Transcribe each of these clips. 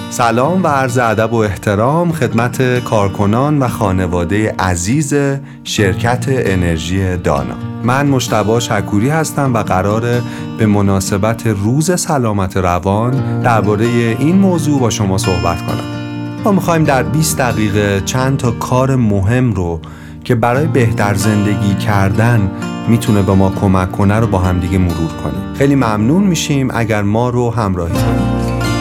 سلام و عرض ادب و احترام خدمت کارکنان و خانواده عزیز شرکت انرژی دانا. من مجتبی شکوری هستم و قراره به مناسبت روز سلامت روان درباره این موضوع با شما صحبت کنم. ما میخوایم در 20 دقیقه چند تا کار مهم رو که برای بهتر زندگی کردن میتونه به ما کمک کنه رو با هم دیگه مرور کنیم. خیلی ممنون میشیم اگر ما رو همراهی کنید.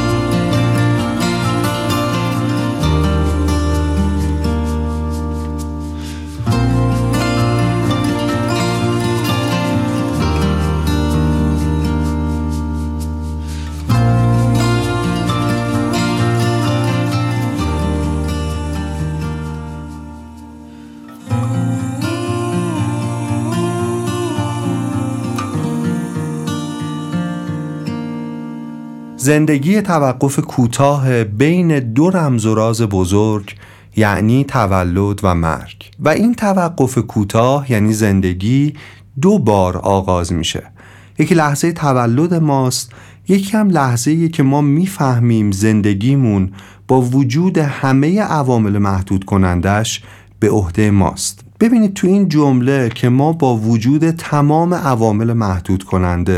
زندگی توقف کوتاه بین دو رمز و راز بزرگ یعنی تولد و مرگ و این توقف کوتاه یعنی زندگی 2 بار آغاز میشه. یکی لحظه تولد ماست، یکی هم لحظه‌ایه که ما میفهمیم زندگیمون با وجود همه عوامل محدود کنندش به عهده ماست. ببینید تو این جمله که ما با وجود تمام عوامل محدود کننده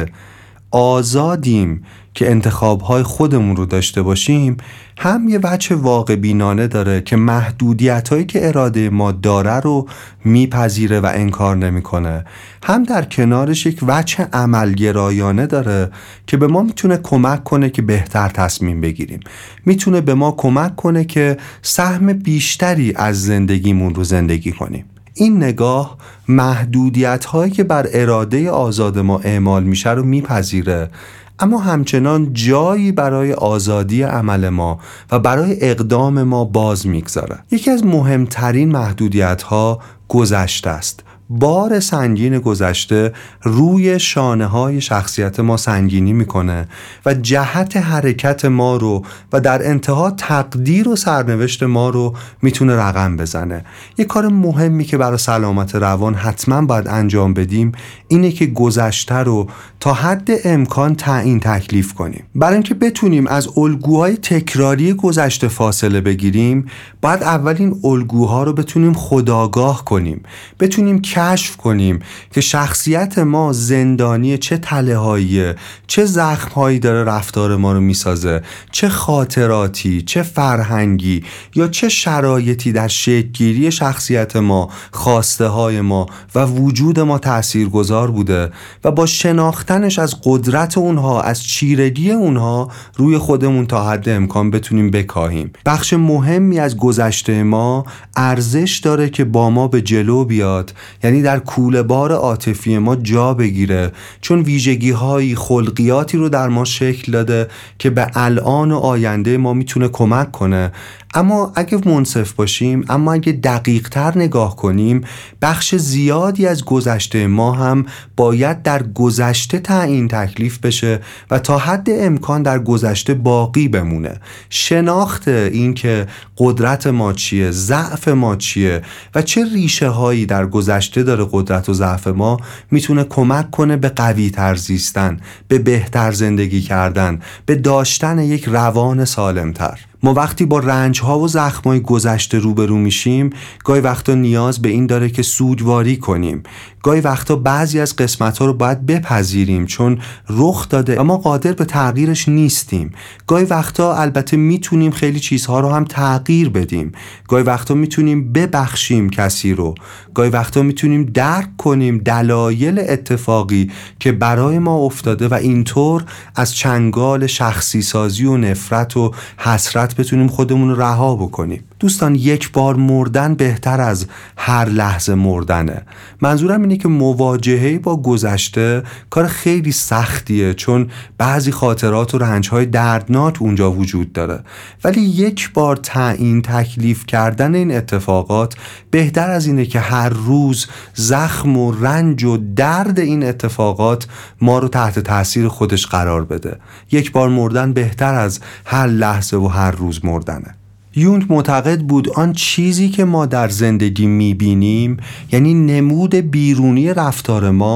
آزادیم که انتخاب‌های خودمون رو داشته باشیم، هم یه وجه واقع بینانه داره که محدودیت‌هایی که اراده ما داره رو میپذیره و انکار نمی‌کنه، هم در کنارش یک وجه عملگرایانه داره که به ما میتونه کمک کنه که بهتر تصمیم بگیریم، میتونه به ما کمک کنه که سهم بیشتری از زندگیمون رو زندگی کنیم. این نگاه محدودیت هایی که بر اراده آزاد ما اعمال میشه رو میپذیره، اما همچنان جایی برای آزادی عمل ما و برای اقدام ما باز میگذاره. یکی از مهمترین محدودیت ها گذشته است. بار سنگین گذشته روی شانه های شخصیت ما سنگینی میکنه و جهت حرکت ما رو و در انتها تقدیر و سرنوشت ما رو میتونه رقم بزنه. یه کار مهمی که برای سلامت روان حتما باید انجام بدیم اینه که گذشته رو تا حد امکان تعیین تکلیف کنیم. برای اینکه بتونیم از الگوهای تکراری گذشته فاصله بگیریم، باید اول این الگوها رو بتونیم خودآگاه کنیم، بتونیم کشف کنیم که شخصیت ما زندانی چه تله‌هاییه، چه زخم‌هایی داره رفتار ما رو میسازه، چه خاطراتی، چه فرهنگی یا چه شرایطی در شکل‌گیری شخصیت ما، خواسته‌های ما و وجود ما تاثیرگذار بوده و با شناختنش از قدرت اونها، از چیرگی اونها روی خودمون تا حد امکان بتونیم بکاهیم. بخش مهمی از گذشته ما ارزش داره که با ما به جلو بیاد، یعنی در کوله بار عاطفی ما جا بگیره، چون ویژگی‌های خلقیاتی رو در ما شکل داده که به الان و آینده ما میتونه کمک کنه. اما اگه منصف باشیم، اما اگه دقیق تر نگاه کنیم، بخش زیادی از گذشته ما هم باید در گذشته تعیین تکلیف بشه و تا حد امکان در گذشته باقی بمونه. شناخت این که قدرت ما چیه، ضعف ما چیه و چه ریشه هایی در گذشته داره قدرت و ضعف ما، میتونه کمک کنه به قوی تر زیستن، به بهتر زندگی کردن، به داشتن یک روان سالم تر. ما وقتی با رنج‌ها و زخم‌های گذشته روبرو میشیم، گاهی وقتا نیاز به این داره که سوگواری کنیم. گاهی وقتا بعضی از قسمت‌ها رو باید بپذیریم چون رخ داده اما قادر به تغییرش نیستیم. گاهی وقتا البته میتونیم خیلی چیزها رو هم تغییر بدیم. گاهی وقتا میتونیم ببخشیم کسی رو. گاهی وقتا میتونیم درک کنیم دلایل اتفاقی که برای ما افتاده و اینطور از چنگال شخصی سازی و نفرت و حسرت بتونیم خودمون رو رها بکنیم. دوستان، یک بار مردن بهتر از هر لحظه مردنه. منظورم اینه که مواجهه با گذشته کار خیلی سختیه، چون بعضی خاطرات و رنج‌های دردناک اونجا وجود داره، ولی یک بار تعیین تکلیف کردن این اتفاقات بهتر از اینه که هر روز زخم و رنج و درد این اتفاقات ما رو تحت تاثیر خودش قرار بده. یک بار مردن بهتر از هر لحظه و هر روز مردنه. یونگ معتقد بود آن چیزی که ما در زندگی میبینیم، یعنی نمود بیرونی رفتار ما،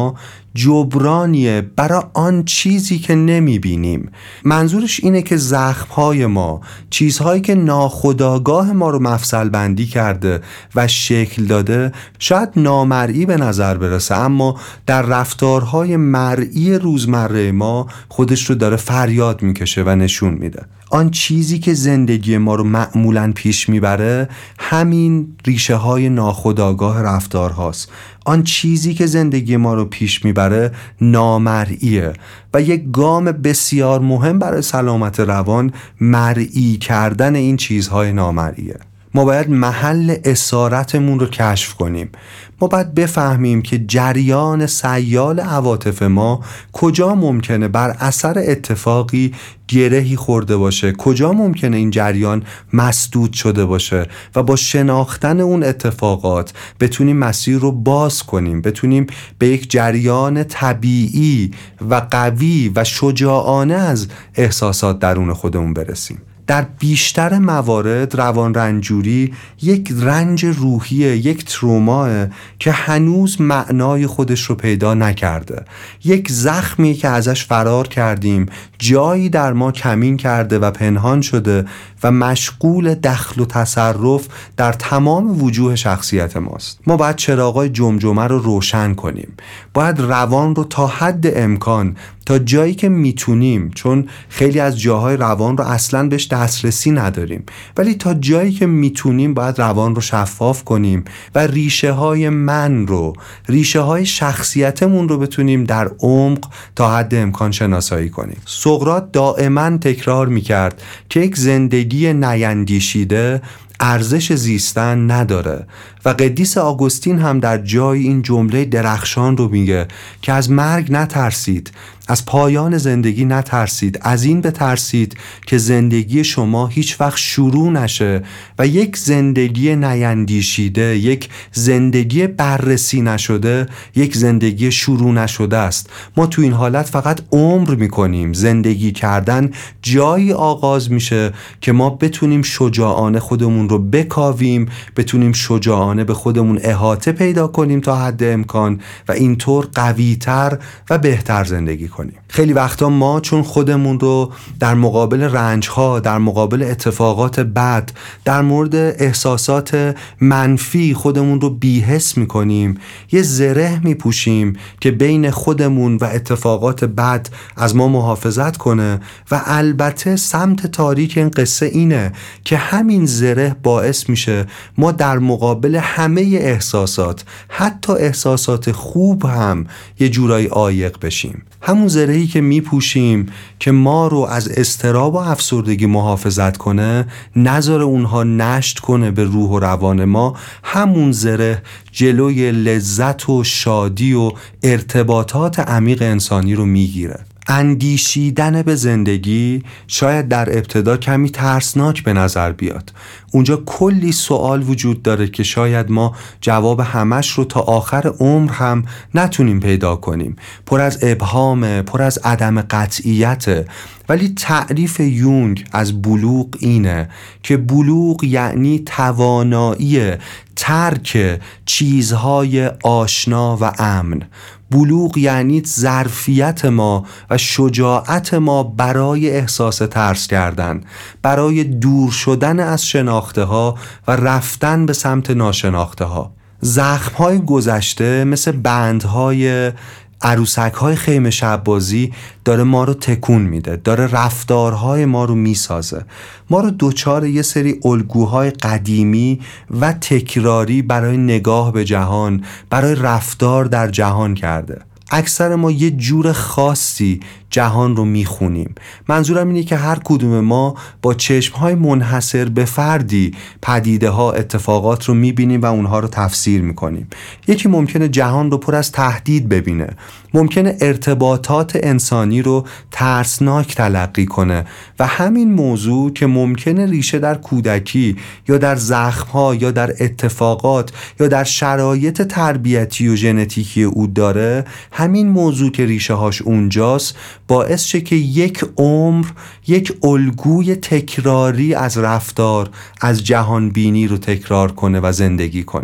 جبرانیه برای آن چیزی که نمیبینیم. منظورش اینه که زخم‌های ما، چیزهایی که ناخودآگاه ما رو مفصل بندی کرده و شکل داده، شاید نامرئی به نظر برسه، اما در رفتارهای مرئی روزمره ما خودش رو داره فریاد میکشه و نشون میده. آن چیزی که زندگی ما رو معمولاً پیش میبره همین ریشه های ناخودآگاه رفتار هاست. آن چیزی که زندگی ما رو پیش میبره نامرئیه و یک گام بسیار مهم برای سلامت روان مرئی کردن این چیزهای نامرئیه. ما باید محل اسارتمون رو کشف کنیم. ما باید بفهمیم که جریان سیال عواطف ما کجا ممکنه بر اثر اتفاقی گرهی خورده باشه، کجا ممکنه این جریان مسدود شده باشه و با شناختن اون اتفاقات بتونیم مسیر رو باز کنیم، بتونیم به یک جریان طبیعی و قوی و شجاعانه از احساسات درون خودمون برسیم. در بیشتر موارد روان رنجوری یک رنج روحیه، یک تروماه که هنوز معنای خودش رو پیدا نکرده، یک زخمی که ازش فرار کردیم، جایی در ما کمین کرده و پنهان شده و مشغول دخل و تصرف در تمام وجوه شخصیت ماست. ما باید چراغای جمجمه رو روشن کنیم، باید روان رو تا حد امکان، تا جایی که میتونیم، چون خیلی از جاهای روان رو اصلاً بهش دسترسی نداریم، ولی تا جایی که میتونیم باید روان رو شفاف کنیم و ریشه های من رو، ریشه های شخصیتمون رو بتونیم در عمق تا حد امکان شناسایی کنیم. سقراط دائما تکرار میکرد که یک زندگی نیندیشیده ارزش زیستن نداره و قدیس آگوستین هم در جای این جمله درخشان رو میگه که از مرگ نترسید، از پایان زندگی نترسید، از این بترسید که زندگی شما هیچ وقت شروع نشه و یک زندگی نیندیشیده، یک زندگی بررسی نشده، یک زندگی شروع نشده است. ما تو این حالت فقط عمر میکنیم. زندگی کردن جایی آغاز میشه که ما بتونیم شجاعانه خودمون رو بکاویم، بتونیم شجاعانه به خودمون احاطه پیدا کنیم تا حد امکان و اینطور قوی‌تر و بهتر زندگی کنیم. خیلی وقتا ما چون خودمون رو در مقابل رنج‌ها، در مقابل اتفاقات بد، در مورد احساسات منفی خودمون رو بی‌حس می‌کنیم، یه زره می‌پوشیم که بین خودمون و اتفاقات بد از ما محافظت کنه و البته سمت تاریک این قصه اینه که همین زره باعث میشه ما در مقابل همه احساسات، حتی احساسات خوب هم یه جورایی عایق بشیم. همون زرهی که میپوشیم که ما رو از اضطراب و افسردگی محافظت کنه، نذاره اونها نشت کنه به روح و روان ما، همون زره جلوی لذت و شادی و ارتباطات عمیق انسانی رو میگیره. اندیشیدن به زندگی شاید در ابتدا کمی ترسناک به نظر بیاد. اونجا کلی سوال وجود داره که شاید ما جواب همش رو تا آخر عمر هم نتونیم پیدا کنیم. پر از ابهام، پر از عدم قطعیت. ولی تعریف یونگ از بلوغ اینه که بلوغ یعنی توانایی ترک چیزهای آشنا و امن. بلوغ یعنی ظرفیت ما و شجاعت ما برای احساس ترس کردن، برای دور شدن از شناخته ها و رفتن به سمت ناشناخته ها. زخم‌های گذشته مثل بندهای عروسک‌های خیمه شب‌بازی داره ما رو تکون میده، داره رفتارهای ما رو میسازه، ما رو دوچار یه سری الگوهای قدیمی و تکراری برای نگاه به جهان، برای رفتار در جهان کرده. اکثر ما یه جور خاصی جهان رو میخونیم. منظورم اینه که هر کدوم ما با چشمهای منحصر به فردی پدیده ها، اتفاقات رو میبینیم و اونها رو تفسیر میکنیم. یکی ممکنه جهان رو پر از تهدید ببینه، ممکنه ارتباطات انسانی رو ترسناک تلقی کنه و همین موضوع که ممکنه ریشه در کودکی یا در زخمها یا در اتفاقات یا در شرایط تربیتی و ژنتیکی او داره، همین موضوع که ریشه هاش اونجاست باعث شه که یک عمر یک الگوی تکراری از رفتار، از جهان بینی رو تکرار کنه و زندگی کنه.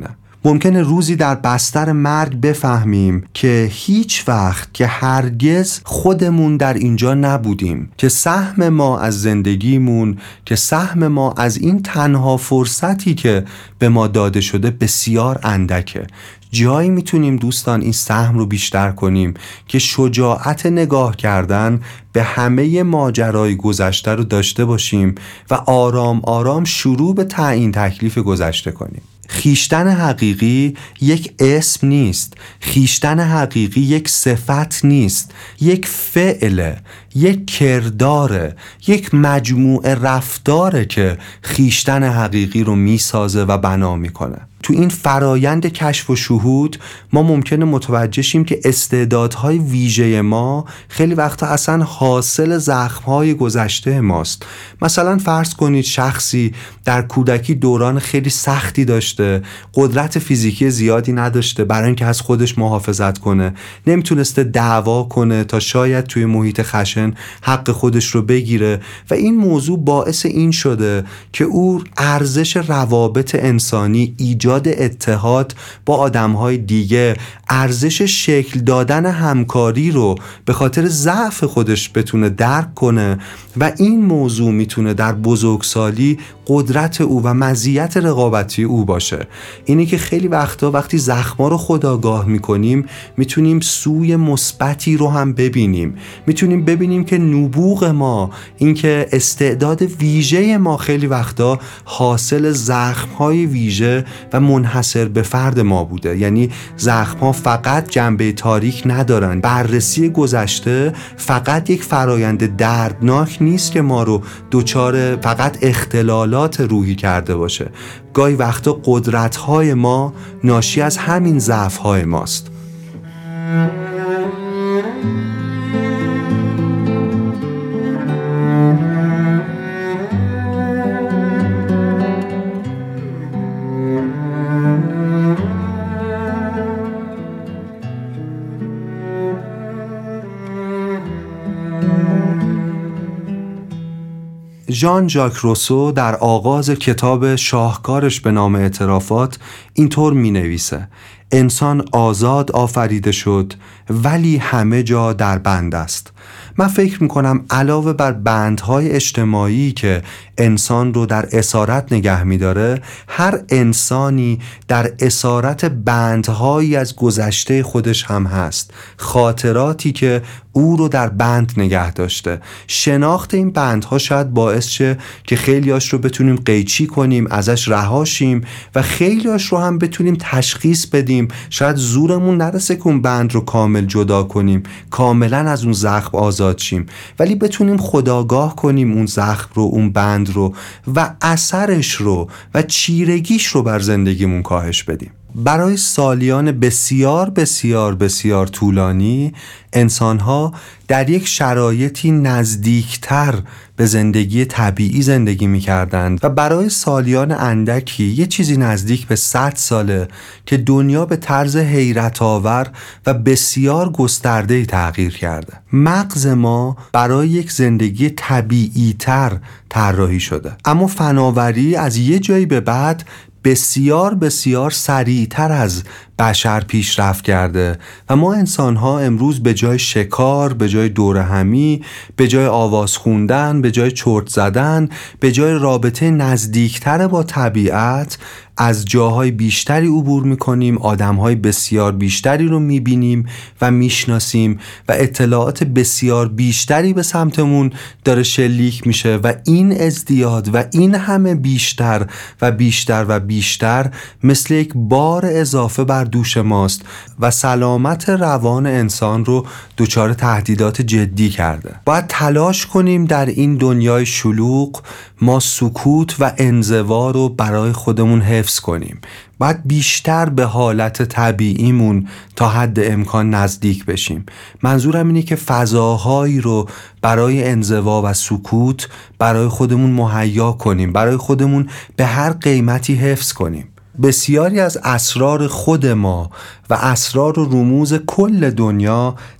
ممکنه روزی در بستر مرگ بفهمیم که هیچ وقت، که هرگز خودمون در اینجا نبودیم، که سهم ما از زندگیمون، که سهم ما از این تنها فرصتی که به ما داده شده بسیار اندکه. جایی میتونیم دوستان این سهم رو بیشتر کنیم که شجاعت نگاه کردن به همه ماجرای گذشته رو داشته باشیم و آرام آرام شروع به تعیین تکلیف گذشته کنیم. خیشتن حقیقی یک اسم نیست، خیشتن حقیقی یک صفت نیست، یک فعله، یک کرداره، یک مجموعه رفتاره که خیشتن حقیقی رو میسازه و بنا میکنه. تو این فرایند کشف و شهود ما ممکنه متوجه شیم که استعدادهای ویژه ما خیلی وقتا اصلا حاصل زخمهای گذشته ماست. مثلا فرض کنید شخصی در کودکی دوران خیلی سختی داشته، قدرت فیزیکی زیادی نداشته برای اینکه از خودش محافظت کنه، نمیتونسته دعوا کنه تا شاید توی محیط خشن حق خودش رو بگیره و این موضوع باعث این شده که او ارزش روابط انسانی، ایجاد اتحاد با آدم‌های دیگه، ارزش شکل دادن همکاری رو به خاطر ضعف خودش بتونه درک کنه و این موضوع میتونه در بزرگسالی قدرت او و مزیت رقابتی او باشه. اینی که خیلی وقتا وقتی زخما رو خودآگاه میکنیم میتونیم سوی مثبتی رو هم ببینیم، میتونیم ببینیم که نبوغ ما، اینکه استعداد ویژه ما خیلی وقتا حاصل زخم‌های ویژه و منحصر به فرد ما بوده. یعنی زخم‌ها فقط جنبه تاریک ندارن. بررسی گذشته فقط یک فرایند دردناک نیست که ما رو دچار فقط اختلالات روحی کرده باشه. گاهی وقتا قدرت‌های ما ناشی از همین ضعف‌های ماست. ژان ژاک روسو در آغاز کتاب شاهکارش به نام اعترافات اینطور می نویسه: انسان آزاد آفریده شد ولی همه جا در بند است. من فکر میکنم علاوه بر بندهای اجتماعی که انسان رو در اسارت نگه میداره، هر انسانی در اسارت بندهایی از گذشته خودش هم هست، خاطراتی که او رو در بند نگه داشته. شناخت این بندها شاید باعث شه که خیلیاش رو بتونیم قیچی کنیم، ازش رهاشیم و خیلیاش رو هم بتونیم تشخیص بدیم. شاید زورمون نرسه که اون بند رو کامل جدا کنیم، کاملا از اون زخم آزاد شیم، ولی بتونیم خودآگاه کنیم اون زخم رو، اون بند رو و اثرش رو و چیرگیش رو بر زندگیمون کاهش بدیم. برای سالیان بسیار بسیار بسیار طولانی انسان‌ها در یک شرایطی نزدیکتر به زندگی طبیعی زندگی می‌کردند و برای سالیان اندکی، یه چیزی نزدیک به 100 ساله که دنیا به طرز حیرت‌آور و بسیار گسترده‌ای تغییر کرده. مغز ما برای یک زندگی طبیعی‌تر طراحی شده، اما فناوری از یه جایی به بعد بسیار بسیار سریعتر از بشر پیشرفت کرده و ما انسان‌ها امروز به جای شکار، به جای دوره همی، به جای آواز خوندن، به جای چرت زدن، به جای رابطه نزدیکتر با طبیعت، از جاهای بیشتری عبور میکنیم، آدمهای بسیار بیشتری رو میبینیم و میشناسیم و اطلاعات بسیار بیشتری به سمتمون داره شلیک میشه و این ازدیاد و این همه بیشتر و بیشتر و بیشتر مثل یک بار اضافه بر دوش ماست و سلامت روان انسان رو دچار تهدیدات جدی کرده. باید تلاش کنیم در این دنیای شلوغ ما سکوت و انزوا رو برای خودمون حفظ کنیم. باید بیشتر به حالت طبیعیمون تا حد امکان نزدیک بشیم. منظورم اینه که فضاهایی رو برای انزوا و سکوت برای خودمون مهیا کنیم، برای خودمون به هر قیمتی حفظ کنیم. بسیاری از اسرار خود ما و اسرار و رموز کل دنیا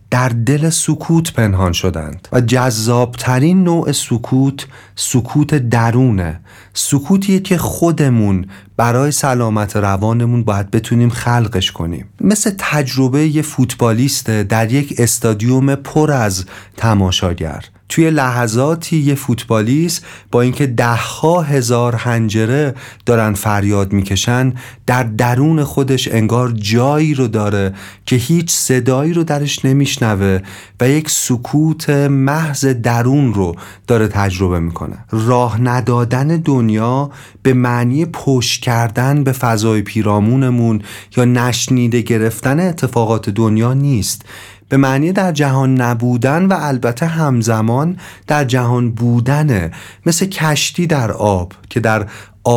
در دل سکوت پنهان شدند و جذابترین نوع سکوت سکوت درونه، سکوتیه که خودمون برای سلامت روانمون باید بتونیم خلقش کنیم. مثل تجربه یه فوتبالیست در یک استادیوم پر از تماشاگر. توی لحظاتی یه فوتبالیست با اینکه ده‌ها هزار حنجره دارن فریاد میکشن، در درون خودش انگار جایی رو داره که هیچ صدایی رو درش نمیشنوه و یک سکوت محض درون رو داره تجربه میکنه. راه ندادن دنیا به معنی پشت کردن به فضای پیرامونمون یا نشنیده گرفتن اتفاقات دنیا نیست، به معنی در جهان نبودن و البته همزمان در جهان بودنه. مثل کشتی در آب که در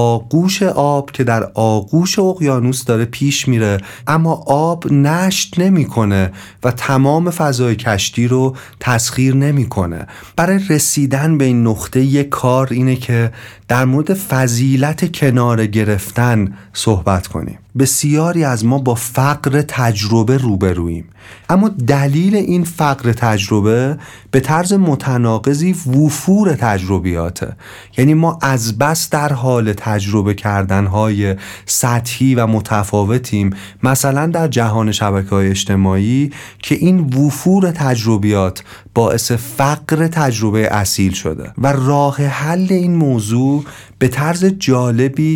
آغوش اقیانوس داره پیش میره، اما آب نشت نمیکنه و تمام فضای کشتی رو تسخیر نمیکنه. برای رسیدن به این نقطه یک کار اینه که در مورد فضیلت کنار گرفتن صحبت کنیم. بسیاری از ما با فقر تجربه روبرویم، اما دلیل این فقر تجربه به طرز متناقضی وفور تجربیاته. یعنی ما از بس در حال تجربه کردنهای سطحی و متفاوتیم، مثلا در جهان شبکه‌های اجتماعی، که این وفور تجربیات باعث فقر تجربه اصیل شده و راه حل این موضوع به طرز جالبی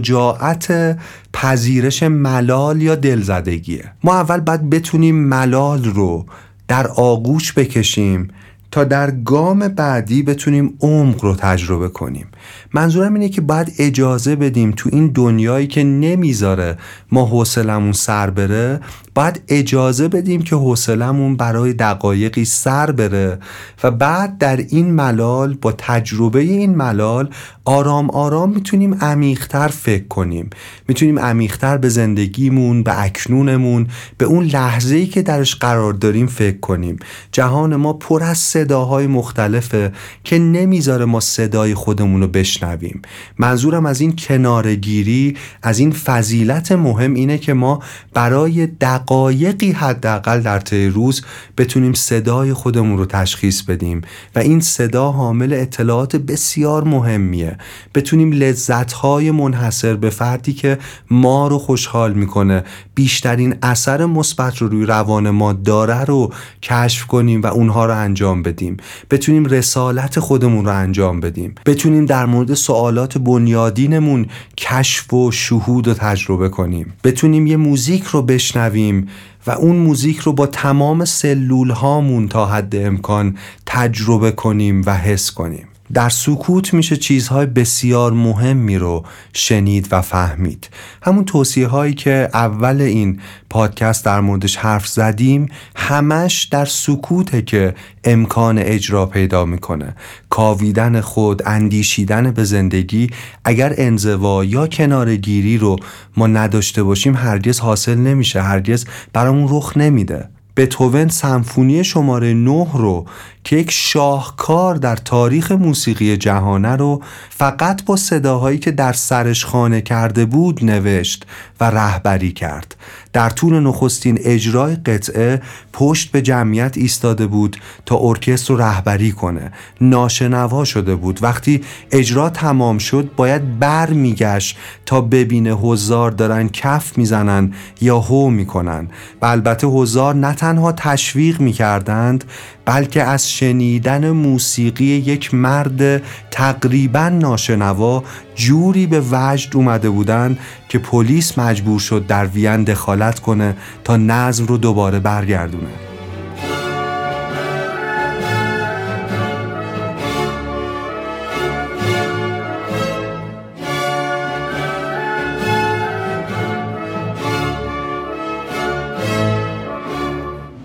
شجاعت پذیرش ملال یا دلزدگیه. ما اول باید بتونیم ملال رو در آغوش بکشیم تا در گام بعدی بتونیم عمق رو تجربه کنیم. منظورم اینه که باید اجازه بدیم تو این دنیایی که نمیذاره ما حوصلمون سر بره، باید اجازه بدیم که حوصلمون برای دقایقی سر بره و بعد در این ملال، با تجربه این ملال، آرام آرام میتونیم عمیق‌تر فکر کنیم، میتونیم عمیق‌تر به زندگیمون، به اکنونمون، به اون لحظه‌ای که درش قرار داریم فکر کنیم. جهان ما پر از صداهای مختلفه که نمیذاره ما صدای خودمون رو بشنویم. منظورم از این کنارگیری، از این فضیلت مهم اینه که ما برای دقایقی حداقل در طی روز بتونیم صدای خودمون رو تشخیص بدیم و این صدا حامل اطلاعات بسیار مهمیه. بتونیم لذت‌های منحصر به فردی که ما رو خوشحال میکنه، بیشترین اثر مثبت رو روی روان ما داره رو کشف کنیم و اونها رو انجام بدیم. بتونیم رسالت خودمون رو انجام بدیم. بتونیم در مورد سوالات بنیادینمون کشف و شهود و تجربه کنیم. بتونیم یه موزیک رو بشنویم و اون موزیک رو با تمام سلول هامون تا حد امکان تجربه کنیم و حس کنیم. در سکوت میشه چیزهای بسیار مهمی رو شنید و فهمید. همون توصیه هایی که اول این پادکست در موردش حرف زدیم همش در سکوته که امکان اجرا پیدا میکنه. کاویدن خود، اندیشیدن به زندگی، اگر انزوا یا کنارگیری رو ما نداشته باشیم هرگز حاصل نمیشه، هرگز برامون رخ نمیده. بتهوون سمفونی شماره 9 رو که یک شاهکار در تاریخ موسیقی جهانه رو فقط با صداهایی که در سرش خانه کرده بود نوشت و رهبری کرد. در طول نخستین اجرای قطعه پشت به جمعیت ایستاده بود تا ارکستر رو رهبری کنه. ناشنوا شده بود. وقتی اجرا تمام شد باید بر میگشت تا ببینه حضار دارن کف میزنن یا هو میکنن. و البته حضار نه تنها تشویق میکردند بلکه از شنیدن موسیقی یک مرد تقریبا ناشنوا جوری به وجد اومده بودن که پلیس مجبور شد در وین دخالت کنه تا نظم رو دوباره برگردونه.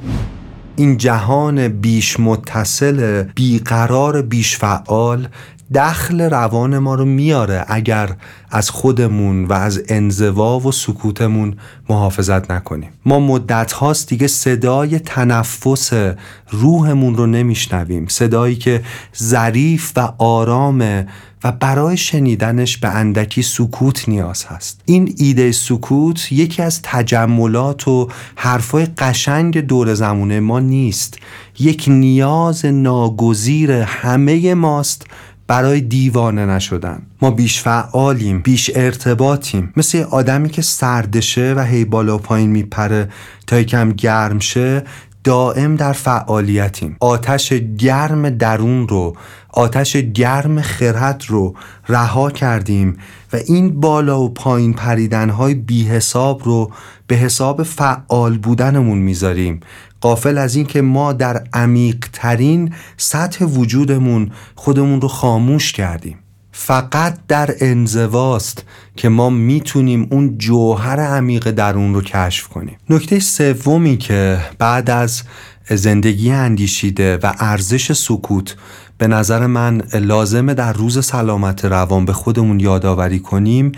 این جهان بیش متصل، بیقرار، بیش فعال دخل روان ما رو میاره اگر از خودمون و از انزوا و سکوتمون محافظت نکنیم. ما مدت هاست دیگه صدای تنفس روحمون رو نمیشنویم، صدایی که ظریف و آرامه و برای شنیدنش به اندکی سکوت نیاز هست. این ایده سکوت یکی از تجملات و حرفای قشنگ دور زمونه ما نیست، یک نیاز ناگزیر همه ماست برای دیوانه نشدن. ما بیش فعالیم، بیش ارتباطیم، مثل یه آدمی که سردشه و هی بالا و پایین میپره تا یکم گرم شه، دائم در فعالیتیم. آتش گرم درون رو، آتش گرم خرد رو رها کردیم و این بالا و پایین پریدن‌های بی حساب رو به حساب فعال بودنمون میذاریم، غافل از این که ما در عمیق‌ترین سطح وجودمون خودمون رو خاموش کردیم. فقط در انزواست که ما میتونیم اون جوهر عمیق درون رو کشف کنیم. نکته سومی که بعد از زندگی اندیشیده و ارزش سکوت به نظر من لازمه در روز سلامت روان به خودمون یادآوری کنیم،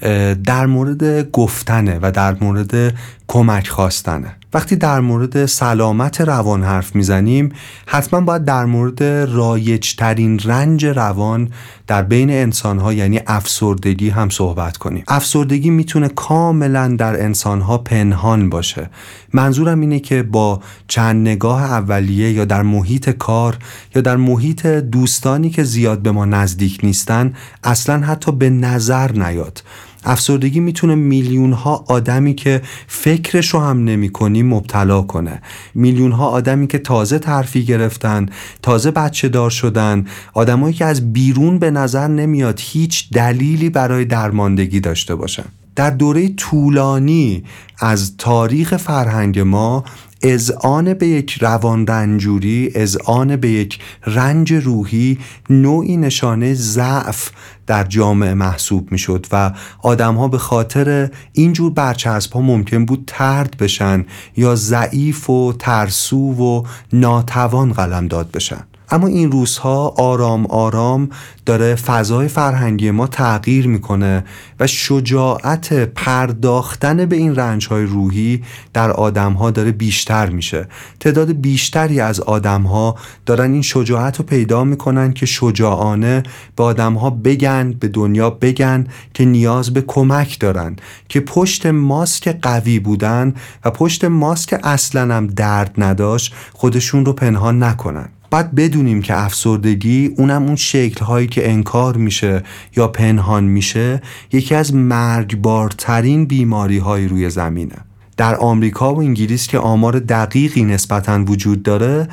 در مورد گفتنه و در مورد کمک خواستنه. وقتی در مورد سلامت روان حرف میزنیم، حتما باید در مورد رایج‌ترین رنج روان در بین انسان‌ها یعنی افسردگی هم صحبت کنیم. افسردگی میتونه کاملا در انسان‌ها پنهان باشه. منظورم اینه که با چند نگاه اولیه یا در محیط کار یا در محیط دوستانی که زیاد به ما نزدیک نیستن اصلا حتی به نظر نیاد. افسردگی میتونه میلیون ها آدمی که فکرش رو هم نمی کنی مبتلا کنه. میلیون ها آدمی که تازه ترفیع گرفتن، تازه بچه دار شدن، آدمایی که از بیرون به نظر نمیاد هیچ دلیلی برای درماندگی داشته باشن. در دوره طولانی از تاریخ فرهنگ ما اذعان به یک روان رنجوری، اذعان به یک رنج روحی نوعی نشانه ضعف در جامعه محسوب می شد و آدم ها به خاطر اینجور برچسب ها ممکن بود طرد بشن یا ضعیف و ترسو و ناتوان قلمداد بشن. اما این روزها آرام آرام داره فضای فرهنگی ما تغییر میکنه و شجاعت پرداختن به این رنج‌های روحی در آدم‌ها داره بیشتر میشه. تعداد بیشتری از آدم‌ها دارن این شجاعت رو پیدا میکنن که شجاعانه به آدم‌ها بگن، به دنیا بگن که نیاز به کمک دارن، که پشت ماسک قوی بودن و پشت ماسک اصلاً هم درد نداشت خودشون رو پنهان نکنن. باید بدونیم که افسردگی، اونم اون شکل‌هایی که انکار میشه یا پنهان میشه، یکی از مرگبارترین بیماری‌های روی زمینه. در آمریکا و انگلیس که آمار دقیقی نسبتاً وجود داره،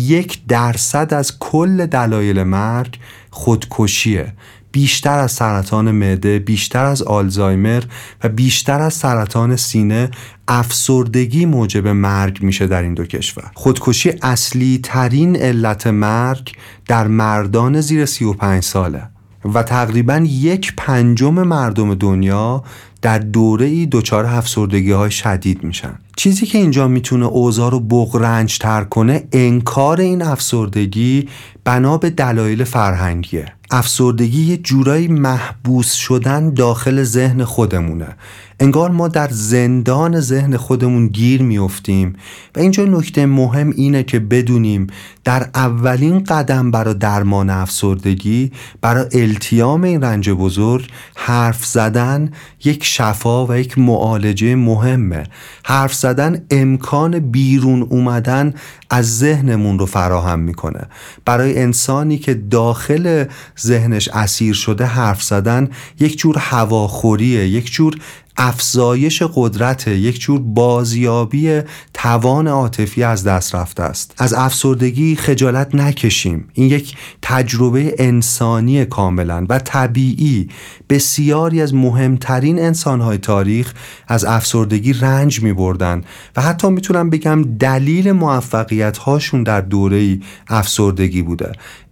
1% از کل دلایل مرگ خودکشیه. بیشتر از سرطان معده، بیشتر از آلزایمر و بیشتر از سرطان سینه افسردگی موجب مرگ میشه در این دو کشور. خودکشی اصلی ترین علت مرگ در مردان زیر 35 ساله و تقریباً 1/5 مردم دنیا در دوره‌ای دچار افسردگی‌های شدید میشن. چیزی که اینجا میتونه اوضاع رو بغرنج تر کنه انکار این افسردگی بنا به دلایل فرهنگیه. افسردگی یه جورایی محبوس شدن داخل ذهن خودمونه. انگار ما در زندان ذهن خودمون گیر میافتیم و اینجا نکته مهم اینه که بدونیم در اولین قدم برای درمان افسردگی، برای التیام این رنج بزرگ، حرف زدن یک شفا و یک معالجه مهمه. حرف زدن امکان بیرون اومدن از ذهنمون رو فراهم میکنه. برای انسانی که داخل ذهنش اسیر شده، حرف زدن یک جور هواخوریه، یک جور افزایش قدرت، یک جور بازیابی توان عاطفی از دست رفته است. از افسردگی خجالت نکشیم. این یک تجربه انسانی کاملا و طبیعی. بسیاری از مهمترین انسان‌های تاریخ از افسردگی رنج می‌بردن و حتی میتونم بگم دلیل موفقیت‌هاشون در دوره‌ای افسردگی بوده.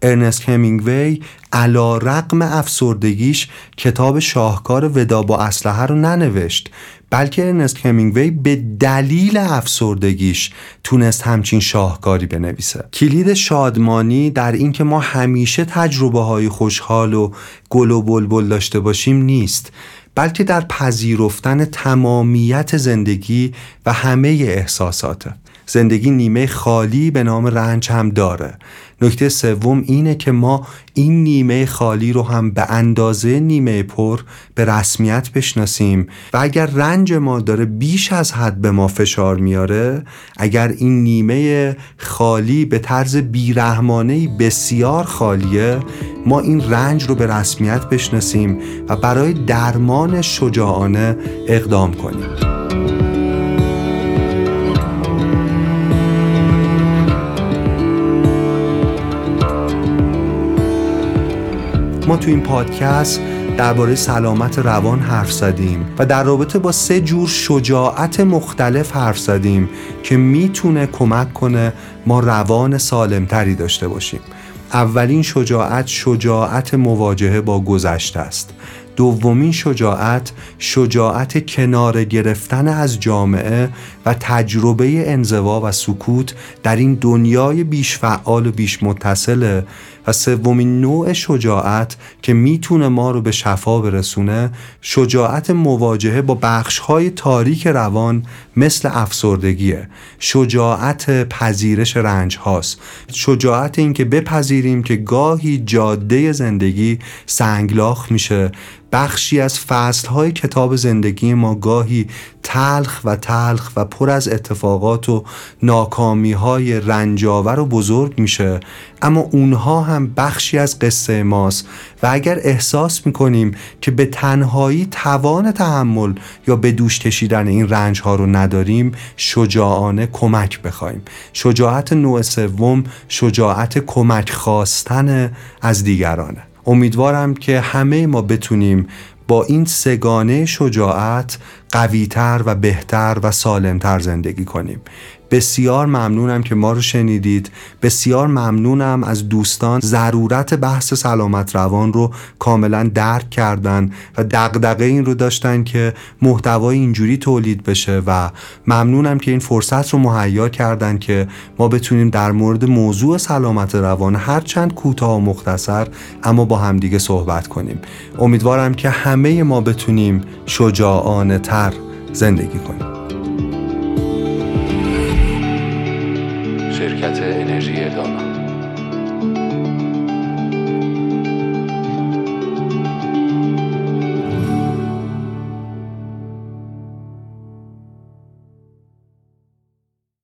ارنست همینگوی علی رغم افسردگیش کتاب شاهکار ودا با اسلحه رو ننوشت، بلکه ارنست همینگوی به دلیل افسردگیش تونست همچین شاهکاری بنویسه. کلید شادمانی در این که ما همیشه تجربه های خوشحال و گل و بلبل داشته باشیم نیست، بلکه در پذیرفتن تمامیت زندگی و همه احساساته. زندگی نیمه خالی به نام رنج هم داره. نکته سوم اینه که ما این نیمه خالی رو هم به اندازه نیمه پر به رسمیت بشناسیم و اگر رنج ما داره بیش از حد به ما فشار میاره، اگر این نیمه خالی به طرز بیرحمانه‌ای بسیار خالیه، ما این رنج رو به رسمیت بشناسیم و برای درمان شجاعانه اقدام کنیم. ما تو این پادکست درباره سلامت روان حرف زدیم و در رابطه با 3 جور شجاعت مختلف حرف زدیم که میتونه کمک کنه ما روان سالمتری داشته باشیم. اولین شجاعت، شجاعت مواجهه با گذشته است. دومین شجاعت، شجاعت کنار گرفتن از جامعه و تجربه انزوا و سکوت در این دنیای بیش فعال و بیش متصله. و سومین نوع شجاعت که میتونه ما رو به شفا برسونه، شجاعت مواجهه با بخش‌های تاریک روان مثل افسردگیه. شجاعت پذیرش رنج هاست. شجاعت این که بپذیریم که گاهی جاده زندگی سنگلاخ میشه. بخشی از فصل‌های کتاب زندگی ما گاهی تلخ و پر از اتفاقات و ناکامی‌های رنجاور و بزرگ میشه، اما اونها هم بخشی از قصه ماست و اگر احساس میکنیم که به تنهایی توان تحمل یا به دوش کشیدن این رنج‌ها رو نداریم، شجاعانه کمک بخوایم. شجاعت نوع سوم، شجاعت کمک خواستن از دیگرانه. امیدوارم که همه ما بتونیم با این سگانه شجاعت قوی‌تر و بهتر و سالمتر زندگی کنیم. بسیار ممنونم که ما رو شنیدید. بسیار ممنونم از دوستان ضرورت بحث سلامت روان رو کاملا درک کردن و دغدغه این رو داشتن که محتوای اینجوری تولید بشه و ممنونم که این فرصت رو مهیا کردن که ما بتونیم در مورد موضوع سلامت روان هرچند کوتاه و مختصر اما با همدیگه صحبت کنیم. امیدوارم که همه ما بتونیم شجاعانه تر زندگی کنیم.